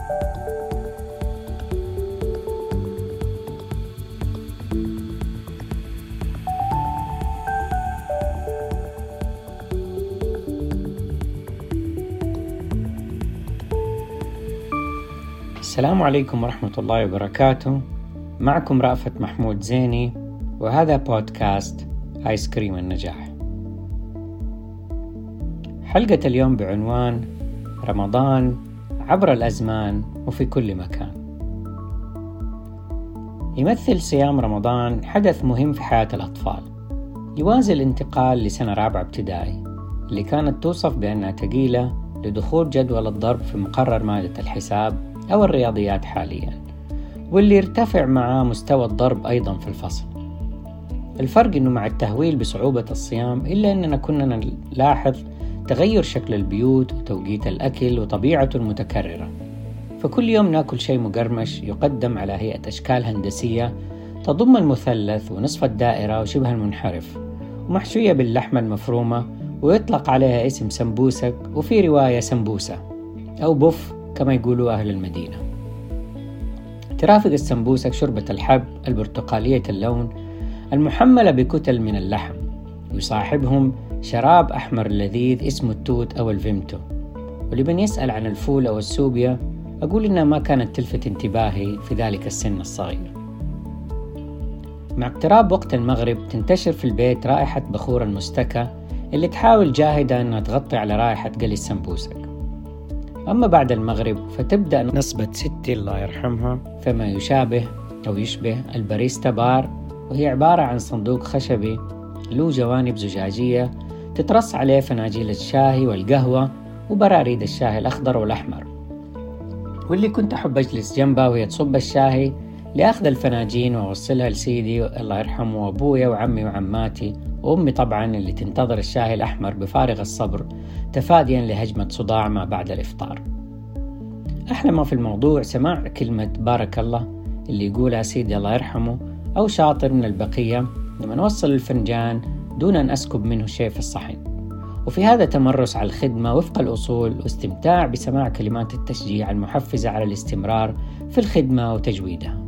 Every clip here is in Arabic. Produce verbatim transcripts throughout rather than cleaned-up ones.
السلام عليكم ورحمة الله وبركاته. معكم رأفت محمود زيني، وهذا بودكاست آيس كريم النجاح. حلقة اليوم بعنوان رمضان عبر الأزمان وفي كل مكان. يمثل صيام رمضان حدث مهم في حياة الأطفال، يوازي الانتقال لسنة رابعة ابتدائي اللي كانت توصف بأنها ثقيلة لدخول جدول الضرب في مقرر مادة الحساب أو الرياضيات حالياً، واللي يرتفع مع مستوى الضرب أيضاً في الفصل. الفرق إنه مع التهويل بصعوبة الصيام إلا أننا كنا نلاحظ تغير شكل البيوت وتوقيت الأكل وطبيعته المتكررة، فكل يوم ناكل شيء مقرمش يقدم على هيئة أشكال هندسية تضم المثلث ونصف الدائرة وشبه المنحرف، ومحشوية باللحمة المفرومة، ويطلق عليها اسم سمبوسك، وفي رواية سمبوسة أو بوف كما يقولوا أهل المدينة. ترافق السمبوسك شوربة الحب البرتقالية اللون المحملة بكتل من اللحم، ويصاحبهم شراب أحمر لذيذ اسمه التوت أو الفيمتو. ولمن يسأل عن الفول أو السوبيا أقول إنها ما كانت تلفت انتباهي في ذلك السن الصغير. مع اقتراب وقت المغرب تنتشر في البيت رائحة بخور المستكى اللي تحاول جاهدة أنها تغطي على رائحة قلي السمبوسك. أما بعد المغرب فتبدأ نصبة ستي الله يرحمها فما يشابه أو يشبه الباريستا بار، وهي عبارة عن صندوق خشبي له جوانب زجاجية تترص عليه فناجيل الشاي والقهوة وبراريد الشاي الأخضر والأحمر، واللي كنت أحب أجلس جنبها وهي تصب الشاي لأخذ الفناجين وأوصلها لسيدي الله يرحمه وأبويا وعمي وعماتي وأمي طبعاً اللي تنتظر الشاي الأحمر بفارغ الصبر تفادياً لهجمة صداع ما بعد الإفطار. أحلى ما في الموضوع سماع كلمة بارك الله اللي يقولها سيدي الله يرحمه أو شاطر من البقية لما نوصل الفنجان دون أن أسكب منه شيء في الصحن، وفي هذا تمرس على الخدمة وفق الأصول واستمتاع بسماع كلمات التشجيع المحفزة على الاستمرار في الخدمة وتجويدها.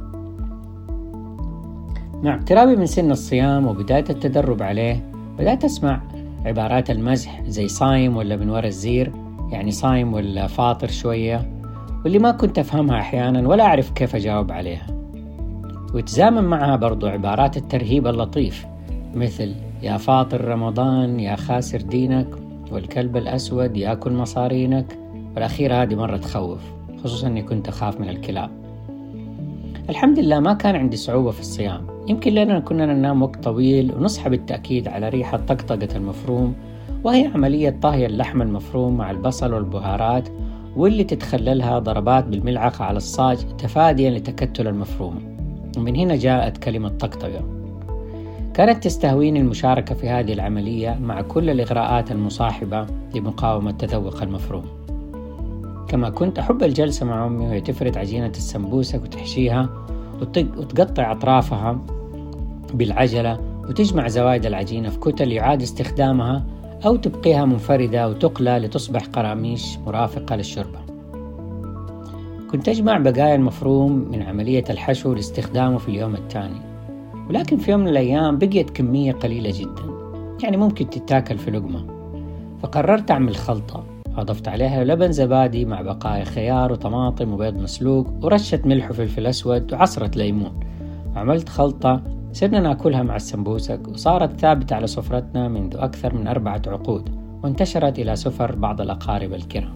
مع اقترابي من سن الصيام وبداية التدرب عليه بدأت أسمع عبارات المزح زي صايم ولا من وراء الزير، يعني صايم ولا فاطر شوية، واللي ما كنت أفهمها أحيانا ولا أعرف كيف أجاوب عليها. وتزامن معها برضو عبارات الترهيب اللطيف مثل يا فاطر رمضان يا خاسر دينك والكلب الأسود يأكل مصارينك، والأخيرة هذه مرة تخوف، خصوصا أني كنت أخاف من الكلاب. الحمد لله ما كان عندي صعوبة في الصيام، يمكن لأننا كنا ننام وقت طويل ونصحى بالتأكيد على ريحة طقطقة المفروم، وهي عملية طهي اللحم المفروم مع البصل والبهارات، واللي تتخللها ضربات بالملعقة على الصاج تفاديا لتكتل المفروم، ومن هنا جاءت كلمة طقطقة. كانت تستهويني المشاركة في هذه العملية مع كل الإغراءات المصاحبة لمقاومة تذوق المفروم. كما كنت أحب الجلسة مع أمي وهي تفرد عجينة السمبوسك وتحشيها وتقطع أطرافها بالعجلة وتجمع زوائد العجينة في كتل يعاد استخدامها أو تبقيها منفردة وتقلى لتصبح قراميش مرافقة للشوربة. كنت أجمع بقايا المفروم من عملية الحشو لاستخدامه في اليوم الثاني، ولكن في يوم من الأيام بقيت كمية قليلة جدا، يعني ممكن تتاكل في لقمة، فقررت أعمل خلطة. أضفت عليها لبن زبادي مع بقايا خيار وطماطم وبيض مسلوق ورشة ملح وفلفل أسود وعصرة ليمون. عملت خلطة صرنا ناكلها مع السمبوسك، وصارت ثابتة على سفرتنا منذ أكثر من أربعة عقود، وانتشرت إلى سفر بعض الأقارب الكرام.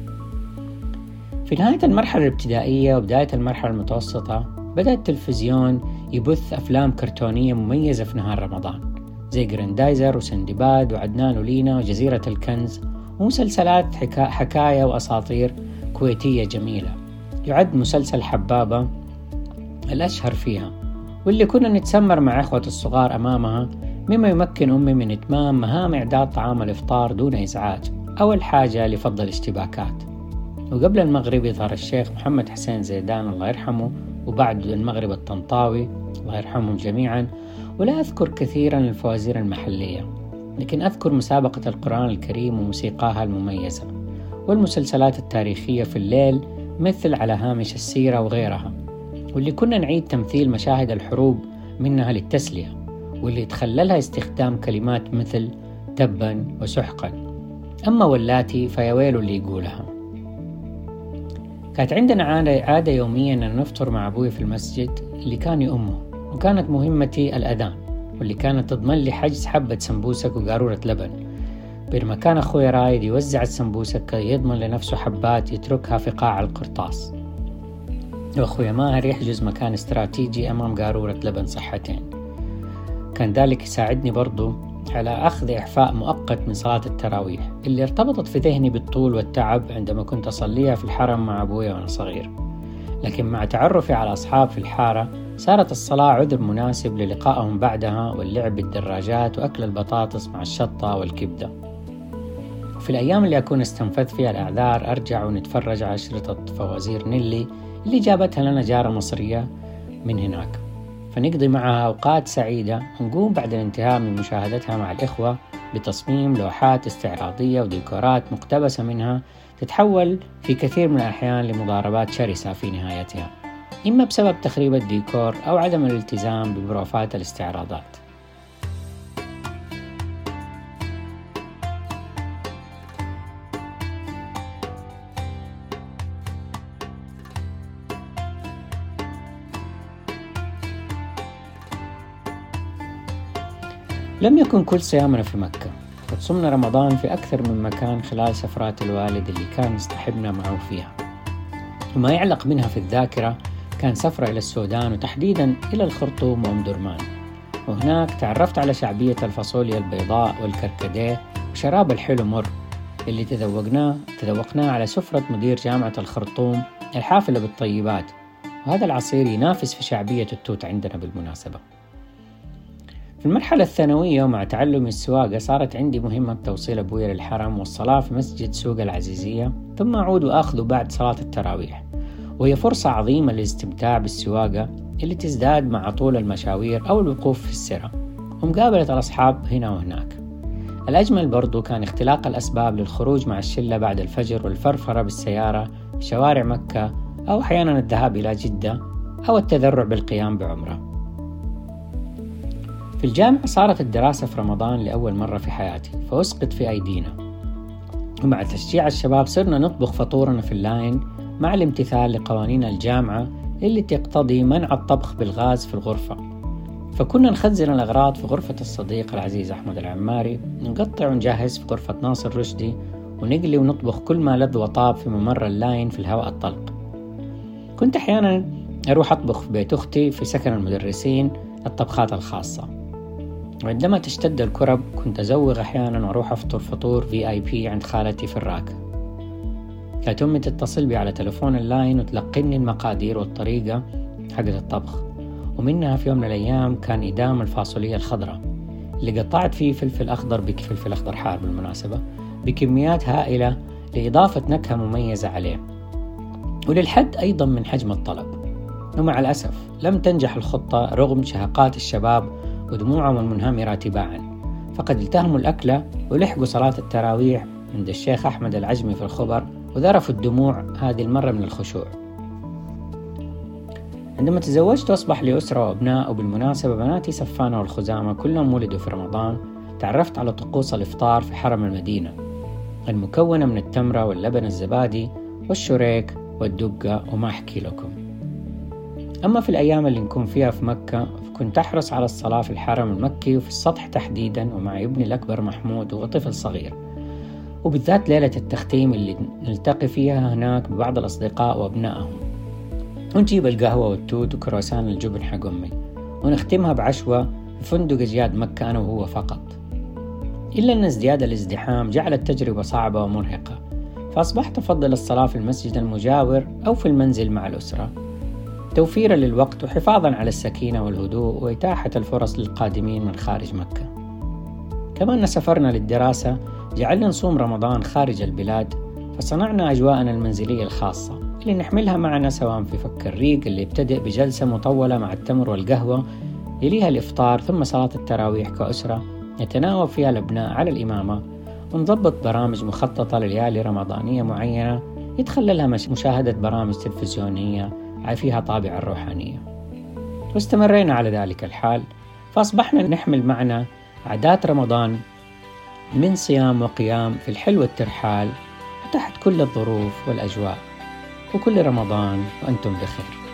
في نهاية المرحلة الابتدائية وبداية المرحلة المتوسطة بدأ التلفزيون يبث أفلام كرتونية مميزة في نهار رمضان زي جراندايزر وسندباد وعدنان ولينا وجزيرة الكنز، ومسلسلات حكا... حكاية وأساطير كويتية جميلة. يعد مسلسل حبابة الأشهر فيها، واللي كنا نتسمر مع إخوة الصغار أمامها، مما يمكن أمي من إتمام مهام إعداد طعام الإفطار دون إزعاج. أول حاجة لفض الاشتباكات، وقبل المغرب يظهر الشيخ محمد حسين زيدان الله يرحمه، وبعد المغرب الطنطاوي الله يرحمهم جميعا. ولا أذكر كثيرا الفوازير المحلية، لكن أذكر مسابقة القرآن الكريم وموسيقاها المميزة، والمسلسلات التاريخية في الليل مثل على هامش السيرة وغيرها، واللي كنا نعيد تمثيل مشاهد الحروب منها للتسلية، واللي تخللها استخدام كلمات مثل تبا وسحقا. أما واللاتي فيا ويل اللي يقولها. كانت عندنا عادة, عادة يوميا أن نفطر مع أبوي في المسجد اللي كان يأمه، وكانت مهمتي الأذان، واللي كانت تضمن لي حجز حبة سمبوسك وقارورة لبن، بينما كان أخوي رايد يوزع السمبوسك كي يضمن لنفسه حبات يتركها في قاع القرطاس، وأخوي ماهر يحجز مكان استراتيجي أمام قارورة لبن صحتين. كان ذلك يساعدني برضو على أخذ إعفاء مؤقت من صلاة التراويح اللي ارتبطت في ذهني بالطول والتعب عندما كنت أصليها في الحرم مع أبوي وأنا صغير. لكن مع تعرفي على أصحاب في الحارة صارت الصلاة عذر مناسب للقائهم بعدها واللعب بالدراجات وأكل البطاطس مع الشطة والكبدة. في الأيام اللي أكون استنفذت فيها الأعذار أرجع ونتفرج على شريطة فوازير نيلي اللي جابتها لنا جارة مصرية من هناك، فنقضي معها أوقات سعيدة، ونقوم بعد الانتهاء من مشاهدتها مع الإخوة بتصميم لوحات استعراضية وديكورات مقتبسة منها تتحول في كثير من الأحيان لمضاربات شرسة في نهايتها، إما بسبب تخريب الديكور أو عدم الالتزام ببروفات الاستعراضات. لم يكن كل صيامنا في مكة، قد صمنا رمضان في أكثر من مكان خلال سفرات الوالد اللي كان يصطحبنا معه فيها. وما يعلق منها في الذاكرة كان سفرة إلى السودان، وتحديدا إلى الخرطوم وأم درمان، وهناك تعرفت على شعبية الفاصوليا البيضاء والكركديه وشراب الحلو مر اللي تذوقناه تذوقناه على سفرة مدير جامعة الخرطوم الحافلة بالطيبات، وهذا العصير ينافس في شعبية التوت عندنا بالمناسبة. في المرحلة الثانوية ومع تعلمي السواقة صارت عندي مهمة توصيل أبوي للحرم والصلاة في مسجد سوق العزيزية، ثم أعود وأخذه بعد صلاة التراويح، وهي فرصة عظيمة للاستمتاع بالسواقة اللي تزداد مع طول المشاوير أو الوقوف في السرة ومقابلة الأصحاب هنا وهناك. الأجمل برضو كان اختلاق الأسباب للخروج مع الشلة بعد الفجر والفرفرة بالسيارة في شوارع مكة، أو أحيانا الذهاب إلى جدة أو التذرع بالقيام بعمرة. في الجامعة صارت الدراسة في رمضان لأول مرة في حياتي، فأسقط في أيدينا، ومع تشجيع الشباب صرنا نطبخ فطورنا في اللاين مع الامتثال لقوانين الجامعة اللي تقتضي منع الطبخ بالغاز في الغرفة. فكنا نخزن الأغراض في غرفة الصديق العزيز أحمد العماري، نقطع ونجهز في غرفة ناصر رشدي، ونقلي ونطبخ كل ما لذ وطاب في ممر اللاين في الهواء الطلق. كنت أحيانا أروح أطبخ في بيت أختي في سكن المدرسين الطبخات الخاصة، وعندما تشتد الكرب كنت أزوغ أحيانا وأروح أفطر فطور في آي بي عند خالتي في الراكة. كانت أمي تتصل بي على تلفون اللاين وتلقني المقادير والطريقة حقت الطبخ، ومنها في يوم من الأيام كان إدام الفاصولية الخضراء اللي قطعت فيه فلفل أخضر بفلفل أخضر حار بالمناسبة بكميات هائلة لإضافة نكهة مميزة عليه، وللحد أيضا من حجم الطلب. ومع الأسف لم تنجح الخطة رغم شهقات الشباب ودموعهم المنهمرة تباعا، فقد التهموا الأكلة ولحقوا صلاة التراويح عند الشيخ أحمد العجمي في الخبر وذرفوا الدموع هذه المرة من الخشوع. عندما تزوجت وأصبح لي أسرة وأبناء، وبالمناسبة بناتي سفانة والخزامة كلهم ولدوا في رمضان، تعرفت على طقوس الإفطار في حرم المدينة المكونة من التمرة واللبن الزبادي والشريك والدقة وما أحكي لكم. أما في الأيام اللي نكون فيها في مكة فكنت أحرص على الصلاة في الحرم المكي وفي السطح تحديدا ومع ابني الأكبر محمود وطفل صغير، وبالذات ليلة التختيم اللي نلتقي فيها هناك ببعض الأصدقاء وأبنائهم، ونجيب القهوة والتوت وكروسان الجبن حق أمي ونختمها بعشوة في فندق جياد مكة أنا وهو فقط. إلا أن ازدياد الازدحام جعل التجربة صعبة ومرهقة، فأصبحت أفضل الصلاة في المسجد المجاور أو في المنزل مع الأسرة توفيرا للوقت وحفاظا على السكينة والهدوء وإتاحة الفرص للقادمين من خارج مكة. كما أن سفرنا للدراسة جعلنا نصوم رمضان خارج البلاد، فصنعنا أجواءنا المنزلية الخاصة اللي نحملها معنا سواء في فك الريق اللي يبتدئ بجلسة مطولة مع التمر والقهوة، يليها الإفطار، ثم صلاة التراويح كأسرة يتناوب فيها الأبناء على الإمامة، ونضبط برامج مخططة لليالي رمضانية معينة يتخللها مشاهدة برامج تلفزيونية فيها طابع الروحانية. واستمرينا على ذلك الحال، فأصبحنا نحمل معنا عادات رمضان من صيام وقيام في الحل والترحال تحت كل الظروف والأجواء. وكل رمضان وأنتم بخير.